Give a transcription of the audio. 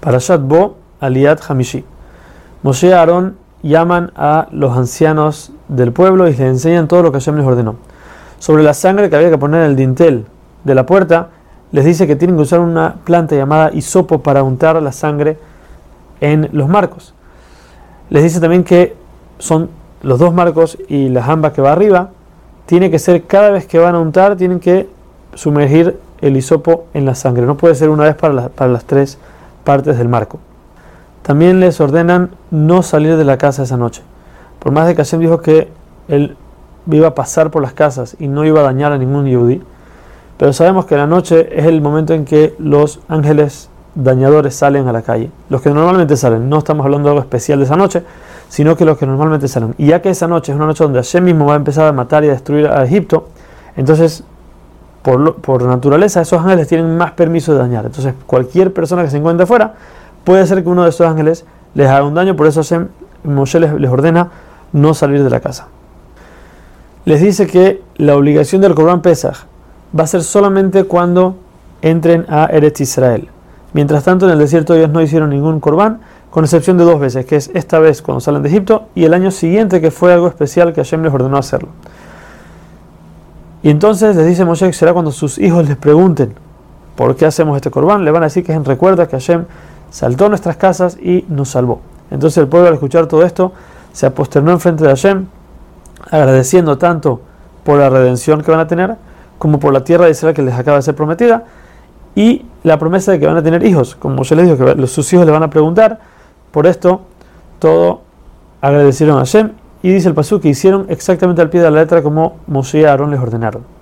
Parashat Bo, Aliyat Hamishi. Moshe y Aarón llaman a los ancianos del pueblo y les enseñan todo lo que Hashem les ordenó. Sobre la sangre que había que poner en el dintel de la puerta, les dice que tienen que usar una planta llamada hisopo para untar la sangre en los marcos. Les dice también que son los dos marcos y la jamba que va arriba, tiene que ser cada vez que van a untar, tienen que sumergir el hisopo en la sangre. No puede ser una vez para las tres partes del marco. También les ordenan no salir de la casa esa noche. Por más de que Hashem dijo que él iba a pasar por las casas y no iba a dañar a ningún yudí, pero sabemos que la noche es el momento en que los ángeles dañadores salen a la calle. Los que normalmente salen, no estamos hablando de algo especial de esa noche, sino que los que normalmente salen. Y ya que esa noche es una noche donde Hashem mismo va a empezar a matar y a destruir a Egipto, entonces por naturaleza esos ángeles tienen más permiso de dañar. Entonces cualquier persona que se encuentre afuera puede ser que uno de esos ángeles les haga un daño. Por eso Hashem, Moshe les ordena no salir de la casa. Les dice que la obligación del Corban Pesach va a ser solamente cuando entren a Eretz Israel. Mientras tanto, en el desierto ellos no hicieron ningún Corban, con excepción de 2 veces, que es esta vez cuando salen de Egipto y el año siguiente, que fue algo especial que Hashem les ordenó hacerlo. Y entonces les dice Moshe que será cuando sus hijos les pregunten ¿por qué hacemos este Corban? Le van a decir que es en recuerda que Hashem saltó a nuestras casas y nos salvó. Entonces el pueblo, al escuchar todo esto, se aposternó enfrente de Hashem, agradeciendo tanto por la redención que van a tener, como por la tierra de Israel que les acaba de ser prometida, y la promesa de que van a tener hijos. Como yo les digo, que sus hijos le van a preguntar, por esto todo agradecieron a Hashem, y dice el pasuk que hicieron exactamente al pie de la letra como Moshe y Aarón les ordenaron.